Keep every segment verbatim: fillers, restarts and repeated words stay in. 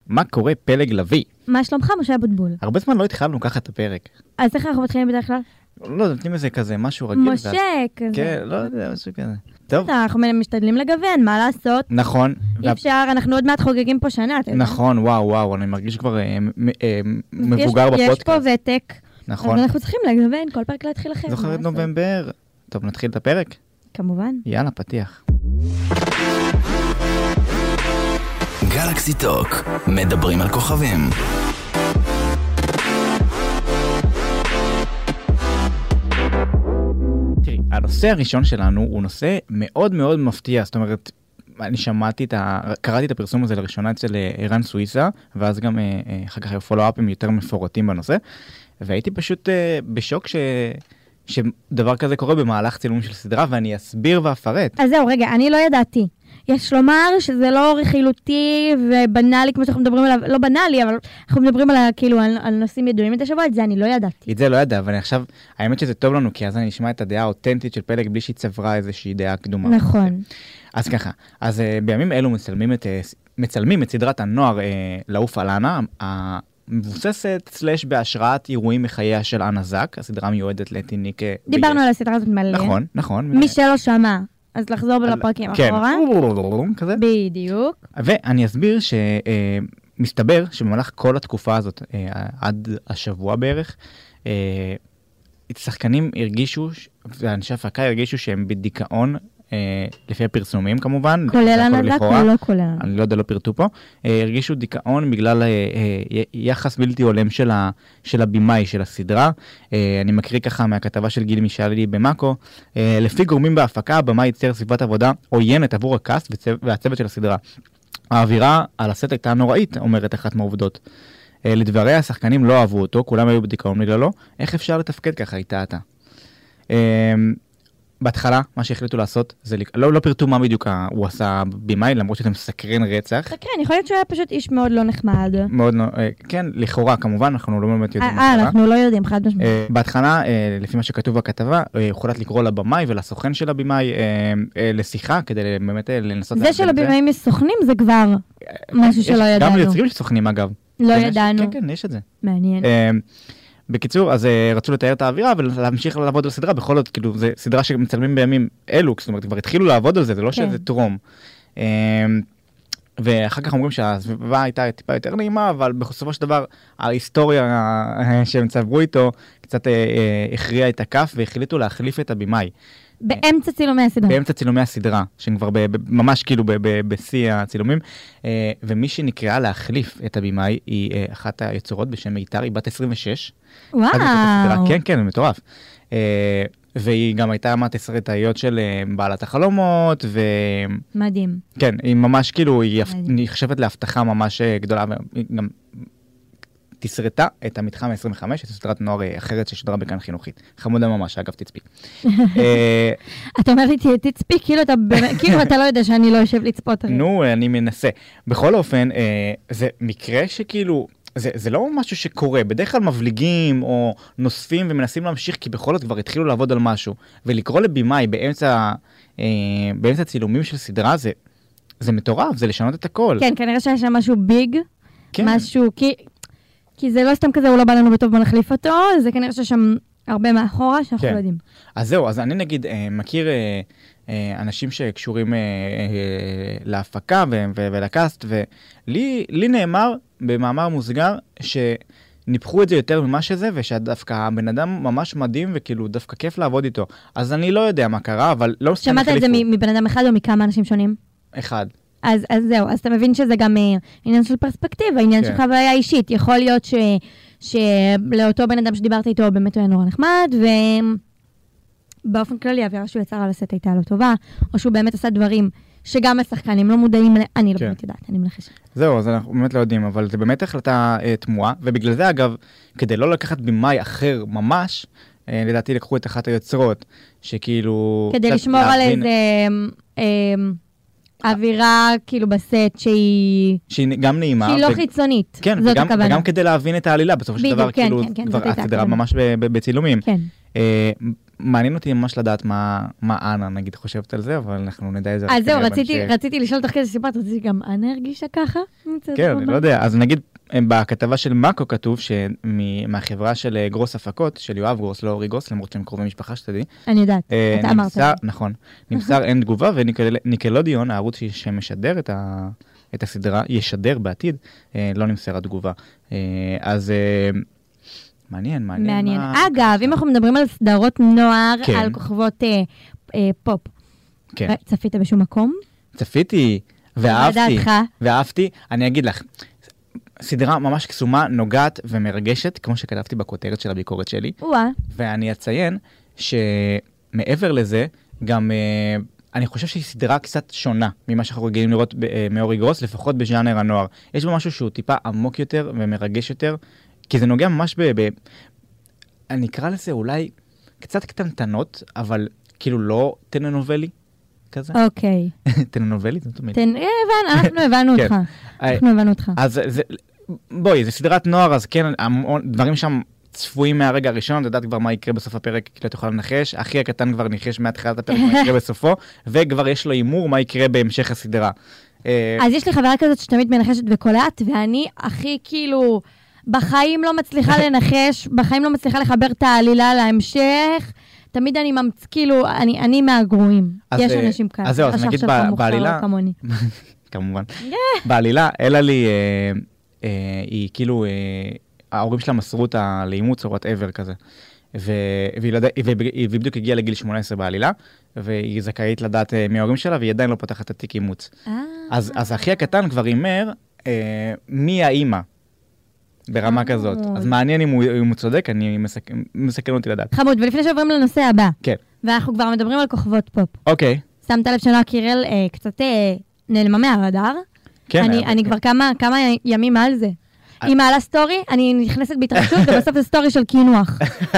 מה קורה פלג לוי? מה שלומך, משה אבוטבול? הרבה זמן לא התחלנו ככה את הפרק. אז איך אנחנו מתחילים בדרך כלל? לא, נותנים איזה כזה, משהו רגיל. משה, כזה. כן, לא יודע, משהו כזה. טוב. אנחנו משתדלים לגוון, מה לעשות? נכון. אי אפשר, אנחנו עוד מעט חוגגים פה שנה. נכון, וואו, וואו, אני מרגיש כבר מבוגר בפודקאסט. יש פה ותק. נכון. אז אנחנו צריכים לגוון, כל פרק להתחיל אחר. זוכר את נובמבר. טוב, נתחיל את הפרק? כמובן. יאללה, פתיח. גלקסי טוק, מדברים על כוכבים. תראי, הנושא הראשון שלנו הוא נושא מאוד מאוד מפתיע, זאת אומרת, אני שמעתי את ה... קראתי את הפרסום הזה לראשונה אצל ערן סוויסה, ואז גם אחר כך פולו-אפים יותר מפורטים בנושא, והייתי פשוט בשוק ש... שדבר כזה קורה במהלך צילום של סדרה, ואני אסביר ואפרט. אז זהו, רגע, אני לא ידעתי. יש לומר שזה לא רכילותי ובנאלי, כמו שאנחנו מדברים עליו, לא בנאלי, אבל אנחנו מדברים על, כאילו, על, על נושאים ידועים את השבוע, את זה אני לא ידעתי. את זה לא ידע, אבל עכשיו, האמת שזה טוב לנו, כי אז אני אשמע את הדעה האותנטית של פלג, בלי שהיא צברה איזושהי דעה קדומה. נכון. אז ככה, אז בימים אלו מצלמים את, מצלמים את סדרת הנוער לעוף על אנה, מבוססת סלש בהשראת אירועים מחייה של אנה זק, הסדרה מיועדת לטיניק. דיברנו על הסדרה הזאת מלא. נכון, נכון. מי שלא שמע, אז לחזור לפרקים אחורה. כזה. בדיוק. ואני אסביר שמסתבר שבמהלך כל התקופה הזאת, עד השבוע בערך, שחקנים הרגישו, ואנשי הפקה הרגישו שהם בדיכאון, לפי הפרסומים כמובן. כולל הנזק או לא כולל? אני לא יודע, לא פירטו פה. הרגישו דיכאון בגלל יחס בלתי הולם של הבימאי של הסדרה. אני מקריא ככה מהכתבה של גיל מישאלי במאקו. לפי גורמים בהפקה, הבמאי ייצר סביבת עבודה עוינת עבור הקאסט והצוות של הסדרה. האווירה על הסט הייתה נוראית, אומרת אחת מהעובדות. לדבריה, השחקנים לא אהבו אותו, כולם היו בדיכאון בגללו. איך אפשר לתפקד ככה? הייתה אתה. בהתחלה, מה שהחליטו לעשות, זה לא, לא פרטו מה בדיוק הוא עשה בימאי, למרות שאתם סקרן רצח. סקרן, יכול להיות שהוא היה פשוט איש מאוד לא נחמד. מאוד, כן, לכאורה, כמובן, אנחנו לא באמת יודעים. אה, אנחנו לא יודעים, חד משמעית. בהתחלה, לפי מה שכתוב בכתבה, הוחלט לקרוא לבמאי ולסוכן של הבימאי לשיחה, כדי באמת לנסות... זה של הבימאים יש סוכנים, זה כבר משהו שלא ידענו. גם ליוצרים של סוכנים, אגב. לא ידענו. כן, כן, יש את זה. מעניין. בקיצור, אז רצו לתאר את האווירה ולהמשיך לעבוד על סדרה, בכל זאת, כאילו, זו סדרה שמצלמים בימים אלו, זאת אומרת, כבר התחילו לעבוד על זה, זה לא שזה טרום. ואחר כך אומרים שהסביבה הייתה טיפה יותר נעימה, אבל בסופו של דבר, ההיסטוריה שהם צברו איתו, קצת הכריעה את הכף, והחליטו להחליף את הבימאי. באמצע צילומי הסדרה. באמצע צילומי הסדרה, שהם כבר ממש כאילו בשיא הצילומים, ומי שנקראה להחליף את הבימאי, היא אחת היצורות בשם מיתר, היא בת עשרים ושש. וואו. כן, כן, זה מטורף. והיא גם הייתה מהתסריטאיות של בעלת החלומות, ו... מדהים. כן, היא ממש כאילו, היא נחשבת להבטחה ממש גדולה, גם תסרטה את המתחם ה-עשרים וחמש, את סדרת נוער אחרת ששודרה בכאן חינוכית. חמודה ממש, אגב, תצפי. אתה אומר לי, תצפי, כאילו אתה לא יודע שאני לא יושב לצפות. נו, אני מנסה. בכל אופן, זה מקרה שכאילו... זה, זה לא משהו שקורה, בדרך כלל מבליגים או נוספים ומנסים להמשיך, כי בכל זאת כבר התחילו לעבוד על משהו, ולקרוא לבימאי באמצע, אה, באמצע צילומים של סדרה, זה, זה מטורף, זה לשנות את הכל. כן, כנראה שיש שם משהו ביג, כן. משהו, כי, כי זה לא סתם כזה, הוא לא בא לנו בטוב בוא נחליף אותו, זה כנראה שיש שם הרבה מאחורה שאנחנו כן. לא יודעים. אז זהו, אז אני נגיד אה, מכיר אה, אה, אנשים שקשורים אה, אה, להפקה ו- ו- ולקאסט, ולי לי נאמר במאמר מוסגר שניפחו את זה יותר ממה שזה, ושדווקא הבן אדם ממש מדהים וכאילו דווקא כיף לעבוד איתו. אז אני לא יודע מה קרה, אבל לא סתם החליפו. שמעת את זה מבן אדם אחד או מכמה אנשים שונים? אחד. אז, אז זהו, אז אתה מבין שזה גם עניין של פרספקטיבה, עניין כן. של חוויה אישית. יכול להיות ש... שלאותו בן אדם שדיברתי איתו באמת הוא היה נורא נחמד, ובאופן כללי האווירה שהוא יצר על הסט הייתה לא טובה, או שהוא באמת עשה דברים שגם השחקנים לא מודעים, אני לא כן. באמת יודעת, אני מנחשת. זהו, אז אנחנו באמת לא יודעים, אבל זה באמת החלטה אה, תמוהה, ובגלל זה אגב, כדי לא לקחת בימאי אחר ממש, אה, לדעתי לקחו את אחת היוצרות, שכאילו... כדי לשמור להבין... על איזה... אה, אווירה כאילו בסט שהיא... שהיא גם נעימה. שהיא לא ו... חיצונית. כן, וגם, וגם כדי להבין את העלילה, בסופו של דבר, כן, כאילו, כן, כן, כבר הסדרה ממש בצילומים. כן. אה, מעניין אותי ממש לדעת מה, מה אנה, נגיד, חושבת על זה, אבל אנחנו נדע איזה... אז זהו, רציתי, רציתי לשאול תוך כדי סיפרת, רציתי גם אנה הרגישה ככה? כן, אני לא יודע. אז נגיד, בכתבה של מאקו כתוב שמהחברה של גרוס הפקות, של יואב גרוס, לא אורי גרוס, למרות שהם קרובי משפחה שתדעי. אני יודעת, אתה אמרת. נכון. נמסר אין תגובה, וניקלודיון, הערוץ שמשדר את ה... את הסדרה, ישדר בעתיד, לא נמסרה תגובה. אז מעניין, מעניין. מעניין. אגב, אם אנחנו מדברים על סדרות נוער, על כוכבות פופ, צפית בשום מקום? צפיתי, ואהבתי, ואהבתי. אני אגיד לך, סדרה ממש קסומה, נוגעת ומרגשת, כמו שכתבתי בכותרת של הביקורת שלי. ואני אציין שמעבר לזה, גם... אני חושב שהיא סדרה קצת שונה ממה שאנחנו רגילים לראות מאורי גרוס, לפחות בז'אנר הנוער. יש בו משהו שהוא טיפה עמוק יותר ומרגש יותר, כי זה נוגע ממש ב... ב... אני אקרא לזה אולי קצת קטנטנות, אבל כאילו לא טלנובלי כזה. אוקיי. טלנובלי, זאת אומרת. אנחנו הבנו אותך. אנחנו הבנו אותך. אז בואי, זה סדרת נוער, אז כן, דברים שם... צפויים מהרגע הראשון, אתה יודעת כבר מה יקרה בסוף הפרק, כי לא תוכל לנחש, אחי הקטן כבר ניחש מהתחילת הפרק מה יקרה בסופו, וכבר יש לו אימור מה יקרה בהמשך הסדרה. אז יש לי חברה כזאת שתמיד מנחשת וקולעת, ואני הכי כאילו, בחיים לא מצליחה לנחש, בחיים לא מצליחה לחבר את העלילה להמשך, תמיד אני ממצ... כאילו, אני, אני מהגרועים. יש אנשים כאלה. אז זהו, אז נגיד בעלילה, כמובן, בעלילה, אלא לי, היא כאילו... ההורים שלה מסרו אותה לאימוץ או whatever כזה. והיא בדיוק הגיעה לגיל שמונה עשרה בעלילה, והיא זכאית לדעת מי ההורים שלה, והיא עדיין לא פותחת את התיק אימוץ. אז האחי הקטן כבר אימר מי האימא ברמה כזאת. אז מעניין אם הוא צודק, אני מסכן אותי לדעת. חמוד, ולפני שעוברים לנושא הבא. כן. ואנחנו כבר מדברים על כוכבות פופ. אוקיי. שמת לב שנועה קירל קצת נעלמה מהרדאר. כן. אני כבר כמה ימים על זה. היא מעלה סטורי, אני נכנסת בהתרגשות, ובסוף זה סטורי של קינוח.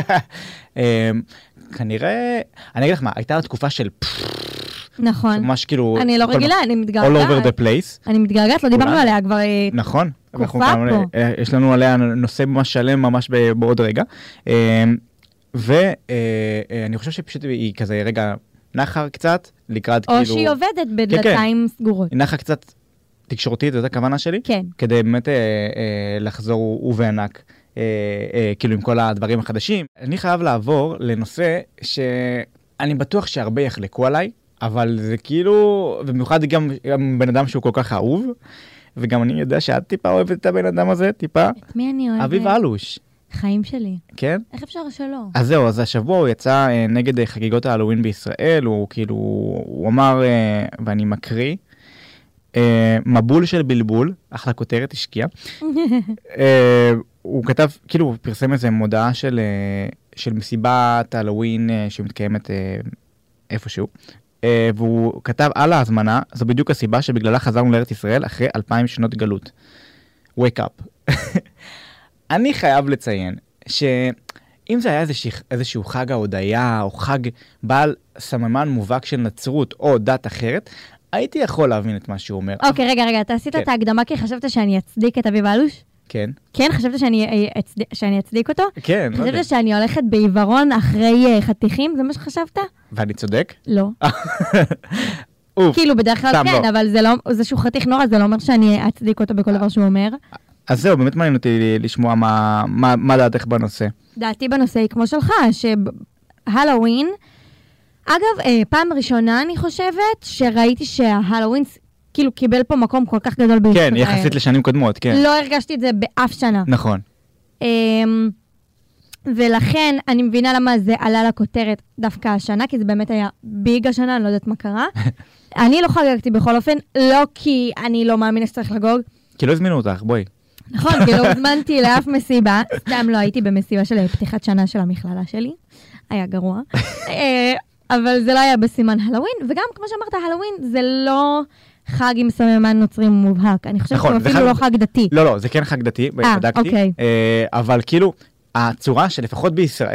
כנראה, אני אגיד לך מה, הייתה תקופה של... נכון. ממש כאילו... אני לא רגילה, אני מתגעגעת. all over the place. אני מתגעגעת, לא דיברנו עליה כבר... נכון. כוחה פה. יש לנו עליה נושא ממש שלם ממש בעוד רגע. ואני חושב שפשוט היא כזה רגע נחה קצת, לקראת כאילו... או שהיא עובדת בדלתיים סגורות. היא נחה קצת... תקשורתית, זאת הכוונה שלי? כן. כדי באמת אה, אה, לחזור ובענק, אה, אה, כאילו עם כל הדברים החדשים. אני חייב לעבור לנושא שאני בטוח שהרבה יחלקו עליי, אבל זה כאילו, במיוחד גם, גם בן אדם שהוא כל כך אהוב, וגם אני יודע שאת טיפה אוהבת את הבן אדם הזה, טיפה. את מי אני אוהבת? אביב אלוש. חיים שלי. כן? איך אפשר שלא? אז זהו, אז השבוע הוא יצא אה, נגד חגיגות ההלווין בישראל, הוא כאילו, הוא אמר, אה, ואני מקריא, מבול של בלבול, אחלה כותרת השקיע. הוא כתב, כאילו, הוא פרסם איזו מודעה של, של מסיבת הלווין שמתקיימת איפשהו, והוא כתב על ההזמנה, זו בדיוק הסיבה שבגללה חזרנו לארץ ישראל אחרי אלפיים שנות גלות. wake up. אני חייב לציין שאם זה היה איזשה, איזשהו חג ההודיה, או חג בעל סממן מובהק של נצרות או דת אחרת, הייתי יכול להבין את מה שהוא אומר. אוקיי, רגע, רגע, אתה עשית את ההקדמה כי חשבת שאני אצדיק את אביב אלוש? כן. כן, חשבת שאני אצדיק אותו? כן, לא יודע. חשבת שאני הולכת בעיוורון אחרי חתיכים? זה מה שחשבת? ואני צודק? לא. כאילו, בדרך כלל כן, אבל זה שהוא חתיך נורא, זה לא אומר שאני אצדיק אותו בכל דבר שהוא אומר. אז זהו, באמת מעניין אותי לשמוע מה דעתך בנושא. דעתי בנושא היא כמו שלך, שהלווין... אגב, פעם ראשונה אני חושבת שראיתי שההלווין כאילו קיבל פה מקום כל כך גדול בישראל. כן, יחסית לשנים קודמות, כן. לא הרגשתי את זה באף שנה. נכון. ולכן אני מבינה למה זה עלה לכותרת דווקא השנה, כי זה באמת היה ביג השנה, אני לא יודעת מה קרה. אני לא חגגתי בכל אופן, לא כי אני לא מאמינה שצריך לגוג. כי לא הזמינו אותך, בואי. נכון, כי לא הזמנתי לאף מסיבה, סתם לא הייתי במסיבה של פתיחת שנה של המכללה שלי. היה גרוע. אבל זה לא היה בסימן הלווין, וגם כמו שאמרת, הלווין זה לא חג עם סממן נוצרים מובהק. אני חושבת שהוא אפילו לא חג דתי. לא, לא, זה כן חג דתי, בדקתי. אבל כאילו, הצורה שלפחות בישראל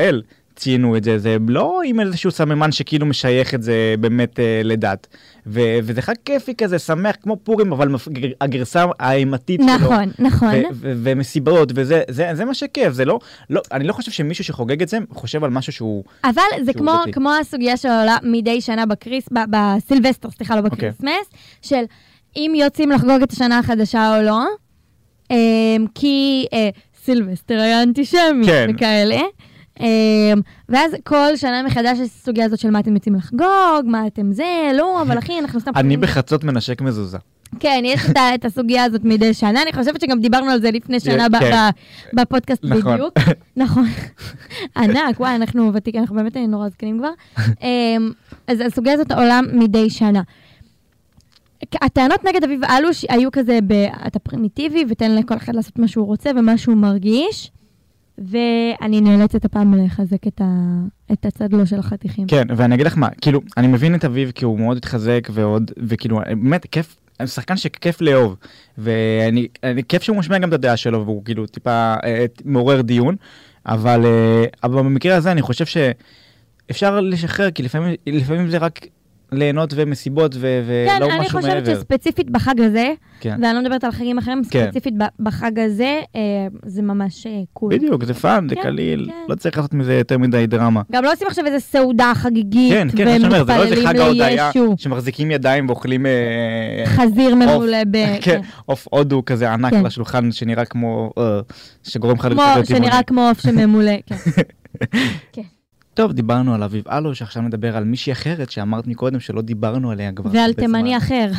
ציינו את זה, זה לא עם איזשהו סממן שכאילו משייך את זה באמת אה, לדת. ו- וזה חג כיפי כזה, שמח כמו פורים, אבל מפ- הגרסה האימתית שלו. נכון, נכון. ו- ו- ומסיבות, וזה זה, זה מה שכיף, זה לא, לא, אני לא חושב שמישהו שחוגג את זה, חושב על משהו שהוא... אבל זה שהוא כמו, דתי. כמו הסוגיה שעולה מדי שנה בקריס, ב- בסילבסטר, סליחה, לא בקריסמס, של אם יוצאים לחגוג את השנה החדשה או לא, אמ, כי אה, סילבסטר היה אנטישמי כן. וכאלה. אמ, ואז כל שנה מחדש יש סוגיה הזאת של מה אתם יוצאים לחגוג, מה אתם זה, לא, אבל אחי, אנחנו סתם... אני בחצות מנשק מזוזה. כן, יש את, ה- את הסוגיה הזאת מדי שנה, אני חושבת שגם דיברנו על זה לפני שנה ב- כן. ב- בפודקאסט נכון. בדיוק. נכון. ענק, וואי, אנחנו ותיקים, אנחנו באמת נורא זקנים כבר. אמ, אז הסוגיה הזאת עולה מדי שנה. הטענות נגד אביב אלוש היו כזה, ב- אתה פרימיטיבי ותן לכל אחד לעשות מה שהוא רוצה ומה שהוא מרגיש, ואני נאלצת הפעם לחזק את, ה- את הצד לו של החתיכים. כן, ואני אגיד לך מה, כאילו, אני מבין את אביב כי הוא מאוד התחזק ועוד, וכאילו, באמת, כיף, שחקן שכיף לאהוב, ואני, אני, כיף שהוא משמע גם את הדעה שלו, והוא כאילו טיפה אה, מעורר דיון, אבל, אה, אבל במקרה הזה אני חושב שאפשר לשחרר, כי לפעמים, לפעמים זה רק ליהנות ומסיבות ו- כן, ולא אני משהו מעבר. חושבת שספציפית בחג הזה, כן. ואני לא מדברת על חגים אחרים, כן. ספציפית ב- בחג הזה, אה, זה ממש אה, קול. בדיוק, זה פאן, זה כן, קליל, כן. לא צריך לעשות מזה יותר מדי דרמה. גם לא עושים עכשיו איזה סעודה חגיגית, כן, כן, אני אומר, זה לא איזה חג ההודיה לישו. שמחזיקים ידיים ואוכלים... אה, חזיר ממולא ב... כן, עוף הודו כזה ענק כן. על השולחן שנראה כמו, אה, שגורם לך כמו, לצאת טבעוני. שנראה כמו עוף שממולא, כן. כן. טוב, דיברנו על אביב אלוש, עכשיו נדבר על מישהי אחרת שאמרת מקודם שלא דיברנו עליה כבר. ועל הרבה תימני זמן. אחר.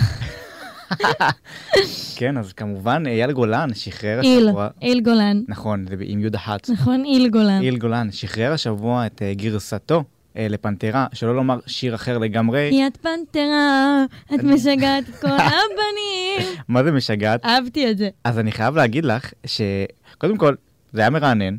כן, אז כמובן אייל גולן שחרר איל, השבוע... איל גולן. נכון, זה עם יהודה חץ. נכון, איל גולן. איל גולן שחרר השבוע את אה, גרסתו אה, לפנתרה, שלא לומר שיר אחר לגמרי. כי את פנתרה, את משגעת את כל הבנים. מה זה משגעת? אהבתי את זה. אז אני חייב להגיד לך שקודם כל זה היה מרענן,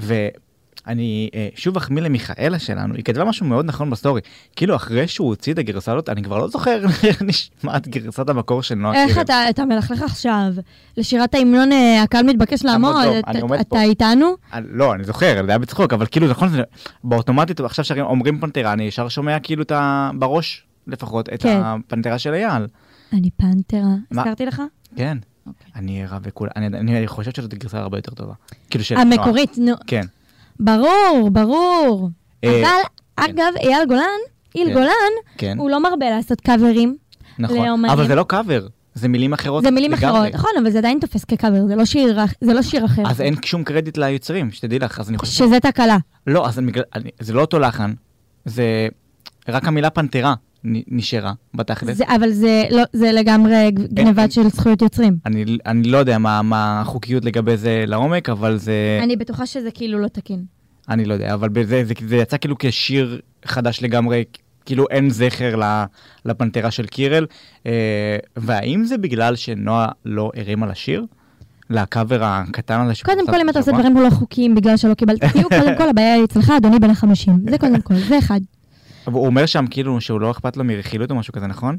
ואני אה, שוב אחמיא למיכאלה שלנו, היא כתבה משהו מאוד נכון בסטורי, כאילו אחרי שהוא הוציא את הגרסה הזאת, אני כבר לא זוכר איך נשמעת גרסת המקור של נועה קירל. איך אתה, אתה מלכלך עכשיו? לשירת ההמנון אה, הקהל מתבקש לעמוד, טוב, את- אני עומד אתה פה. איתנו? אני- לא, אני זוכר, זה היה בצחוק, אבל כאילו נכון, זה- באוטומטית עכשיו שאומרים פנתרה, אני ישר שומע כאילו את ה... בראש לפחות, את כן. הפנתרה של אייל. אני פנתרה. מה? הזכרתי לך? כן. אוקיי. אני ערה וכול, אני, אני חושבת שזאת גרסה הרבה יותר טובה. כאילו של נועה. המקורית, נו. כן. ברור, ברור. אה, אבל, אגב, אייל גולן, איל כן. גולן, כן. הוא לא מרבה לעשות קאברים. נכון, לאומנים. אבל זה לא קאבר, זה מילים אחרות זה מילים לגמרי. אחרות, נכון, אבל זה עדיין תופס כקאבר, זה לא שיר, זה לא שיר אחר. אז אין שום קרדיט ליוצרים, שתדעי לך, אז אני חושב... שזה תקלה. לא, אז אני, אני, זה לא אותו לחן, זה רק המילה פנתרה נ- נשארה בתכלס. זה, אבל זה, לא, זה לגמרי גנבת של זכויות יוצרים. אני, אני לא יודע מה, מה החוקיות לגבי זה לעומק, אבל זה... אני בטוחה שזה כאילו לא תקין. אני לא יודע, אבל בזה, זה, זה יצא כאילו כשיר חדש לגמרי, כאילו אין זכר ל- לפנתרה של קירל, אה, והאם זה בגלל שנועה לא הרימה לשיר? לקאבר הקטן הזה קודם שפורסם כל, אם אתה עושה בשבוע? דברים לא חוקיים בגלל שלא קיבלת טיוק, קודם כל, הבעיה היא אצלך, אדוני בן החמישים. זה קודם כל, זה אחד. אבל הוא אומר שם כאילו שהוא לא אכפת לו מרכילות או משהו כזה, נכון?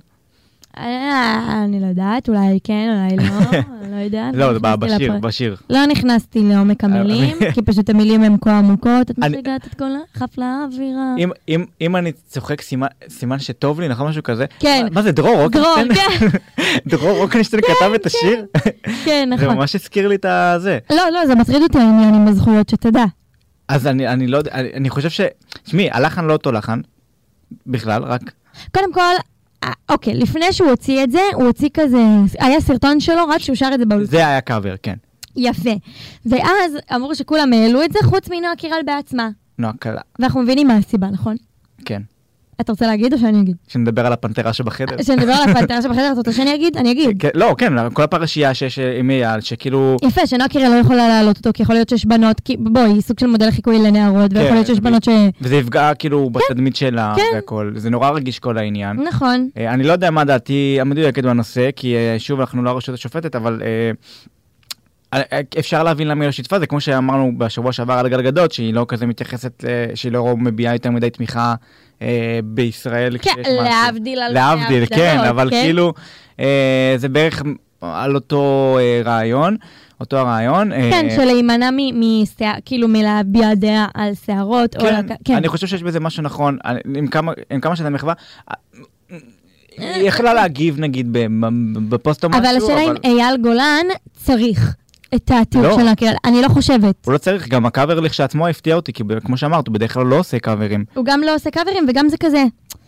אה, אני לא יודעת, אולי כן, אולי לא, אני לא יודעת. לא, זה נכנסתי בשיר, לפרק. בשיר. לא נכנסתי לעומק המילים, כי פשוט המילים הן כה עמוקות, את אני- משגעת את כל החפלה האווירה. אם, אם, אם אני צוחק סימן, סימן שטוב לי, נכון משהו כזה? כן. מה, מה זה, דרור דרור, רוקנשטיין? דרור רוקנשטיין כתב את השיר? כן, זה נכון. ממש הזכיר לי את הזה. לא, לא, זה מטריד אותי העניין עם הזכויות, שתדע. אז אני, אני לא יודע, אני, אני חושב ש... תשמעי, הלחן לא אותו לחן, בכלל, רק... קודם כל, אה, אוקיי, לפני שהוא הוציא את זה, הוא הוציא כזה, היה סרטון שלו, רק שהוא שר את זה באולפן. זה היה קאבר, כן. יפה. ואז אמרו שכולם העלו את זה, חוץ מנועה קירל בעצמה. נועה קלה, ואנחנו מבינים מה הסיבה, נכון? כן. אתה רוצה להגיד או שאני אגיד? שנדבר על הפנתרה שבחדר. שנדבר על הפנתרה שבחדר, אתה רוצה שאני אגיד? אני אגיד. כן, לא, כן, כל הפרשייה שיש עם אייל, שכאילו... יפה, שנועה קירל לא יכולה להעלות אותו, כי יכול להיות שיש בנות, כי בואי, היא סוג של מודל לחיקוי לנערות, ויכול להיות שיש ו- בנות ש... וזה יפגע כאילו בתדמית שלה כן. והכל. זה נורא רגיש כל העניין. נכון. אה, אני לא יודע מה דעתי המדויקת בנושא, כי אה, שוב, אנחנו לא הרשות השופטת, אבל אה, אה, אפשר להבין למה היא לא שיתפה, זה כמו שאמרנו בשבוע שעבר על גלגדות, שהיא לא כזה מתייחסת, אה, שהיא לא מביעה יותר מדי תמיכה אה, בישראל. כן, כשיש משהו. להבדיל על להבדיל, ההבדלות, כן, אבל כן. כאילו, אה, זה בערך על אותו אה, רעיון. אותו הרעיון. כן, שלהימנע משיער, כאילו מלהביע דעה על שערות. כן, אני חושב שיש בזה משהו נכון, עם כמה שאתה מחווה, היא יכלה להגיב נגיד בפוסט או משהו. אבל השאלה אם אייל גולן צריך את התיאור של הקרל, אני לא חושבת. הוא לא צריך, גם הקאבר לכשעצמו הפתיע אותי, כי כמו שאמרת, הוא בדרך כלל לא עושה קאברים. הוא גם לא עושה קאברים, וגם זה כזה,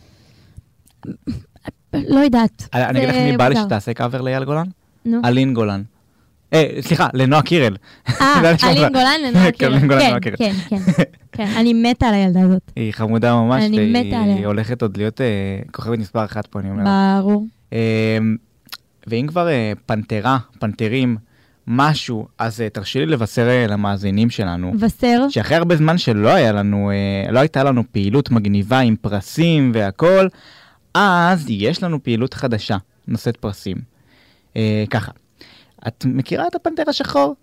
לא יודעת. אני אגיד לך מי בא לי שתעשה קאבר לאייל גולן? נו. אלין גולן. אה, סליחה, לנועה קירל. אה, אלין גולן לנועה קירל. כן, כן, כן. כן, אני מתה על הילדה הזאת. היא חמודה ממש, אני מתה עליה. והיא הולכת עוד להיות כוכבת מספר אחת פה, אני אומר. ברור. ואם כבר פנתרה, פנתרים, משהו, אז תרשי לי לבשר למאזינים שלנו. לבשר? שאחרי הרבה זמן שלא היה לנו, לא הייתה לנו פעילות מגניבה עם פרסים והכל, אז יש לנו פעילות חדשה, נושאת פרסים. ככה, את מכירה את הפנתר השחור?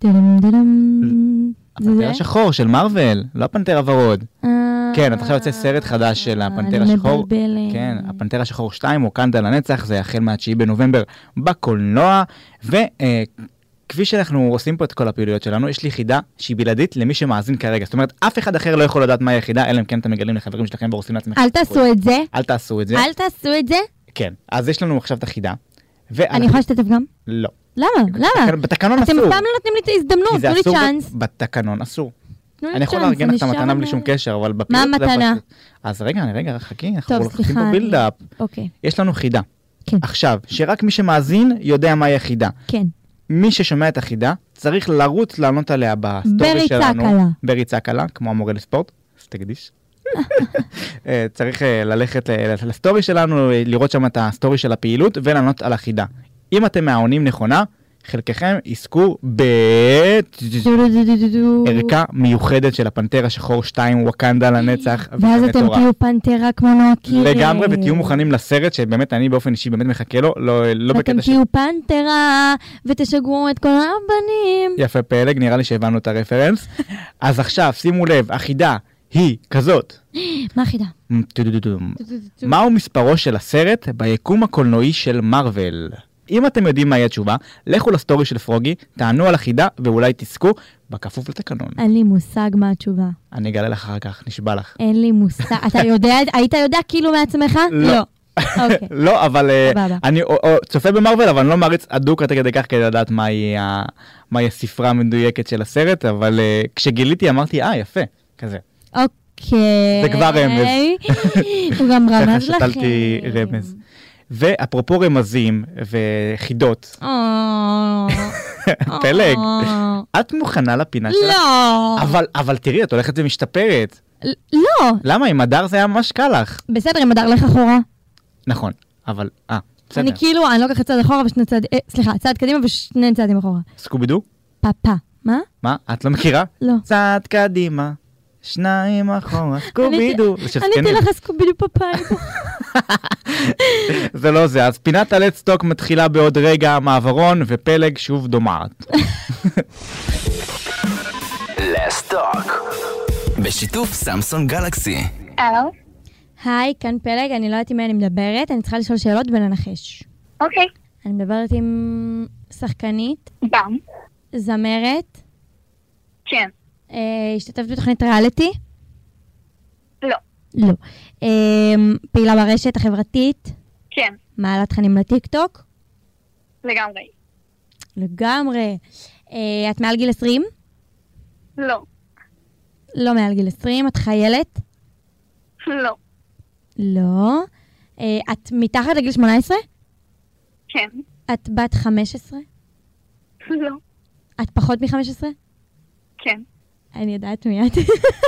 הפנתר השחור של מרוול, לא הפנתר הוורוד. כן, את עכשיו יוצא סרט חדש של הפנתר השחור. כן, הפנתר השחור שתיים, ווקנדה לנצח, זה החל מהתשיעי בנובמבר בקולנוע, וכפי שאנחנו עושים פה את כל הפעילויות שלנו, יש לי יחידה שהיא בלעדית למי שמאזין כרגע. זאת אומרת, אף אחד אחר לא יכול לדעת מה היחידה, אלא אם כן אתם מגלים לחברים שלכם ועושים לעצמכם. אל תעשו את זה. אל תעשו את זה. אל תעשו את זה. כן, אז יש לנו עכשיו את החידה. אני יכולה להשתתף גם? לא. למה? למה? בתקנון אסור. אתם פעם לא נותנים לי את ההזדמנות, תנו לי צ'אנס. בתקנון אסור. אני יכול לארגן לך את המתנה בלי שום קשר, אבל מה המתנה? אז רגע, רגע, חכי, אנחנו הולכים פה בילדאפ. יש לנו חידה. עכשיו, שרק מי שמאזין יודע מהי החידה. כן. מי ששומע את החידה, צריך לרוץ לענות עליה בסטורי שלנו. בריצה קלה. בריצה קלה, כמו המורה לספורט. אז תקדיש. צריך ללכת לסטורי שלנו, לראות שם את הסטורי של הפעילות, ולענות על החידה. אם אתם מהעונים נכונה, חלקכם יזכו בערכה מיוחדת של הפנתר השחור שתיים, ווקנדה לנצח. ואז אתם תהיו פנתרה כמו נועה קירל. לגמרי, ותהיו מוכנים לסרט, שבאמת אני באופן אישי באמת מחכה לו, לא בקטע ואתם תהיו פנתרה, ותשגרו את כל הבנים. יפה פלג, נראה לי שהבנו את הרפרנס. אז עכשיו, שימו לב, החידה היא כזאת. מה החידה? מהו מספרו של הסרט ביקום הקולנועי של מרוול? אם אתם יודעים מהי התשובה, לכו לסטורי של פרוגי, תענו על החידה ואולי תזכו בכפוף לתקנון. אין לי מושג מה התשובה. אני אגלה לך אחר כך, נשבע לך. אין לי מושג. אתה יודע, היית יודע כאילו מעצמך? לא. לא, אבל אני צופה במרוול, אבל אני לא מעריץ אדוק עד כדי כך כדי לדעת מהי הספרה המדויקת של הסרט, אבל כשגיליתי אמרתי, אה, יפה, כזה. אוקיי. זה כבר רמז. הוא גם רמז לכם. שתלתי רמז. ואפרופו רמזים וחידות. פלג, את מוכנה לפינה שלך? לא. אבל תראי, את הולכת ומשתפרת. לא. למה? עם הדר זה היה ממש קל לך. בסדר, עם הדר לך אחורה. נכון, אבל, אה, בסדר. אני כאילו, אני לא ככה צעד אחורה ושני צעדים, סליחה, צעד קדימה ושני צעדים אחורה. סקובידו? פאפה. מה? מה? את לא מכירה? לא. צעד קדימה. שניים אחורה, סקובידו. אני אתן לך סקובידו פאפאי. זה לא זה, אז פינת הלטס טוק מתחילה בעוד רגע, מעברון ופלג שוב דומעת. Let's talk בשיתוף סמסונג גלקסי. אלו. היי, כאן פלג, אני לא יודעת עם מי אני מדברת, אני צריכה לשאול שאלות ולנחש. אוקיי. אני מדברת עם שחקנית. גם. זמרת. כן. השתתפת בתוכנית ריאליטי? לא. לא. פעילה ברשת החברתית? כן. מעלה תכנים לטיק-טוק? לגמרי. לגמרי. את מעל גיל עשרים? לא. לא מעל גיל עשרים. את חיילת? לא. לא. את מתחת לגיל שמונה עשרה? כן. את בת חמש עשרה? לא. את פחות מ-חמש עשרה? כן. אני יודעת מי את.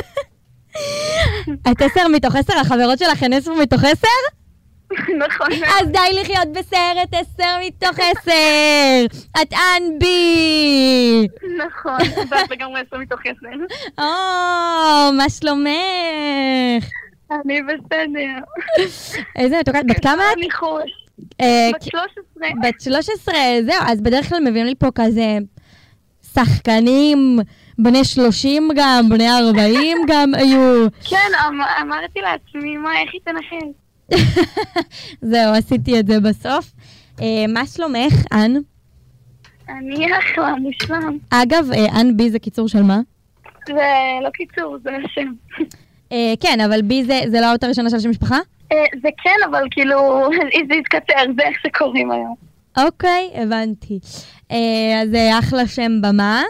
את עשר מתוך עשר, החברות שלך הן עשר מתוך עשר? נכון. אז די לחיות בסרט עשר מתוך עשר. את אנבי. נכון, ואת לגמרי עשר מתוך עשר. או, מה שלומך? אני בסדר. איזה מתוקת, בת כמה את? אני חוש. בת שלוש עשרה. בת שלוש עשרה, זהו, אז בדרך כלל מביאים לי פה כזה שחקנים, בני שלושים גם, בני ארבעים גם היו. כן, אמרתי לעצמי, מה, איך היא תנחש? זהו, עשיתי את זה בסוף. מה שלומך, אן? אני אחלה, מושלם. אגב, אן בי זה קיצור של מה? זה לא קיצור, זה השם. כן, אבל בי זה לא האות הראשונה של שם משפחה? זה כן, אבל כאילו, זה יתקצר, זה איך שקוראים היום. אוקיי, הבנתי. אז זה אחלה שם במה.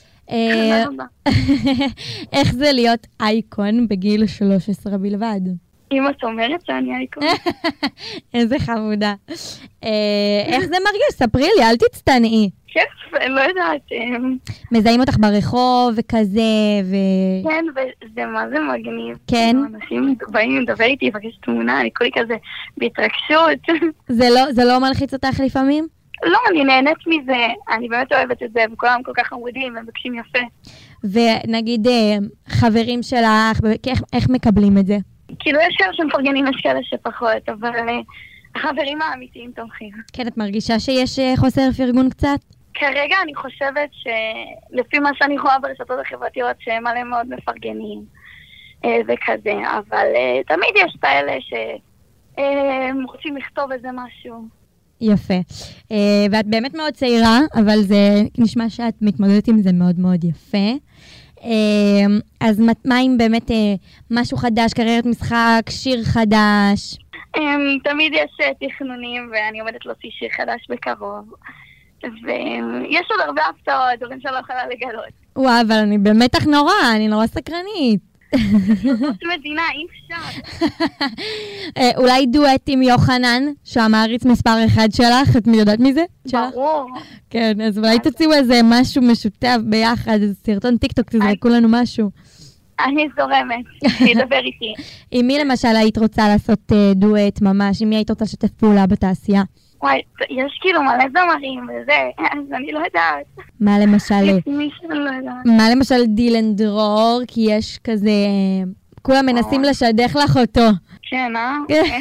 איך זה להיות אייקון בגיל שלוש עשרה בלבד? אם את אומרת שאני אייקון. איזה חמודה. איך זה מרגיש? ספרי לי, אל תצטנעי. כיף, לא יודעת. מזהים אותך ברחוב וכזה, ו... כן, וזה מה זה מגניב. כן? אנשים באים לדבר איתי, לבקש תמונה, אני כולי כזה בהתרגשות. זה לא מלחיץ אותך לפעמים? לא, אני נהנית מזה, אני באמת אוהבת את זה, וכולם כל כך עמודים, הם מבקשים יפה. ונגיד, חברים שלך, איך מקבלים את זה? כאילו, יש כאלה שמפרגנים, יש כאלה שפחות, אבל החברים האמיתיים תומכים. כן, את מרגישה שיש חוסר פרגון קצת? כרגע אני חושבת שלפי מה שאני רואה ברשתות החברתיות, שהם מלא מאוד מפרגנים וכזה, אבל תמיד יש את האלה שהם רוצים לכתוב איזה משהו. יפה. ואת באמת מאוד צעירה, אבל זה נשמע שאת מתמודדת עם זה מאוד מאוד יפה. אז מה אם באמת משהו חדש, קריירת משחק, שיר חדש? תמיד יש תכנונים, ואני עומדת להוציא שיר חדש בקרוב. ויש עוד הרבה הפתעות, דברים שלא יכולה לגלות. וואו, אבל אני במתח נורא, אני נורא סקרנית. זאת מדינה, אי אפשר. אולי דואט עם יוחנן, שהמעריץ מספר אחד שלך, את מי יודעת מזה? ברור. כן, אז אולי תציעו איזה משהו משותף ביחד, איזה סרטון טיקטוק, תזרקו לנו משהו. אני זורמת, שידבר איתי. עם מי למשל היית רוצה לעשות דואט ממש? עם מי היית רוצה לשתף פעולה בתעשייה? וואי, יש כאילו מלא זמרים וזה, אז אני לא יודעת. מה למשל? מי שאני לא יודעת. מה למשל דילן דרור, כי יש כזה... כולם מנסים לשדך לך אותו. כן, אה?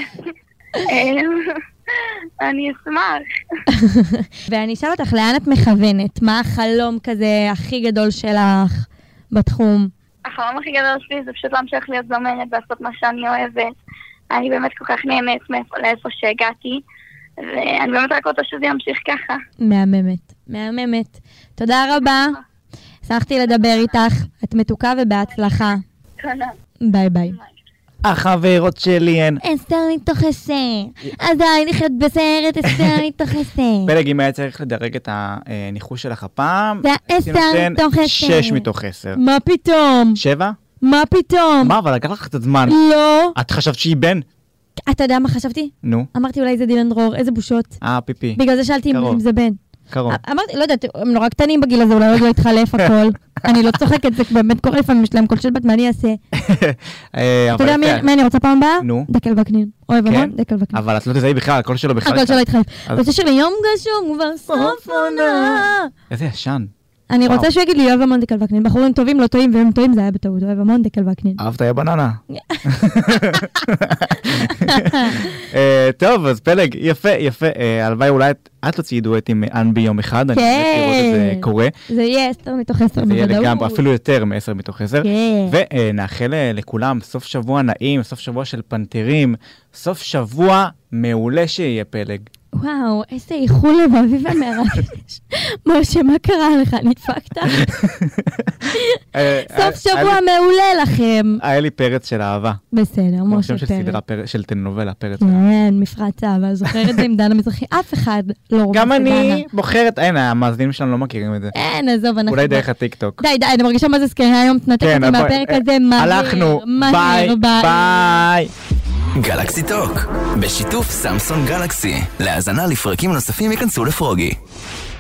אני אשמח. ואני אשאל אותך, לאן את מכוונת? מה החלום כזה הכי גדול שלך בתחום? החלום הכי גדול שלי זה פשוט להמשיך להיות זמרת לעשות מה שאני אוהבת. אני באמת כל כך נהנית לאיפה שהגעתי. ואני באמת רק רוצה שזה ימשיך ככה. מהממת, מהממת. תודה רבה. שמחתי לדבר איתך. את מתוקה ובהצלחה. תודה. ביי ביי. החברות שלי הן... אסתר מתוך עשר. עדיין נחיות בסרט אסתר מתוך עשר. פלג, אם היה צריך לדרג את הניחוש שלך הפעם, זה אסתר מתוך עשר. שש מתוך עשר. מה פתאום? שבע? מה פתאום? מה, אבל לקח לך קצת זמן. לא. את חשבת שהיא בן? אתה יודע מה חשבתי? נו. אמרתי אולי זה דילן דרור, איזה בושות. אה, פיפי. בגלל זה שאלתי אם זה בן. קרוב. אמרתי, לא יודעת, הם נורא קטנים בגיל הזה, אולי עוד לא התחלף הכל. אני לא צוחקת, זה באמת קורה לפעמים, יש להם כל של בת, מה אני אעשה? אתה יודע מי אני רוצה פעם הבאה? נו. דקל וקנין. אוהב המון, דקל וקנין. אבל את לא תזהי בכלל, הכל שלו בכלל. הכל שלו התחלף. רוצה שלי יום גשום, כבר סוף עונה. איזה ישן. אני רוצה שהוא יגיד לי, אוהב המון דקל וקנין. בחורים טובים, לא טועים, והם טועים, זה היה בטעות. אוהב המון דקל וקנין. אהבת יא בננה. טוב, אז פלג, יפה, יפה. הלוואי אולי את תוציאי דואט עם אן בי יום אחד. אני חושב לראות את זה קורה. זה יהיה עשר מתוך עשר זה יהיה בוודאות. לגמרי, אפילו יותר מעשר מתוך עשר. ונאחל לכולם סוף שבוע נעים, סוף שבוע של פנתרים, סוף שבוע מעולה שיהיה פלג. וואו, איזה איחול לבבי ומרגש. משה, מה קרה לך? נדפקת? סוף שבוע מעולה לכם. היה לי פרץ של אהבה. בסדר, משה פרץ. של סדרה של טלנובלה, פרץ. כן, מפרץ אהבה, זוכרת את זה עם דנה מזרחי. אף אחד לא רואה את דנה. גם אני בוחרת, אין, המאזינים שלנו לא מכירים את זה. אין, עזוב, אנחנו... אולי דרך הטיקטוק. די, די, אני מרגישה מה זה סקרנה היום, תנתק אותי מהפרק הזה, מהר, הלכנו, מהר, ביי, ביי. גלקסי טוק, בשיתוף סמסון גלקסי. להאזנה לפרקים נוספים ייכנסו לפרוגי.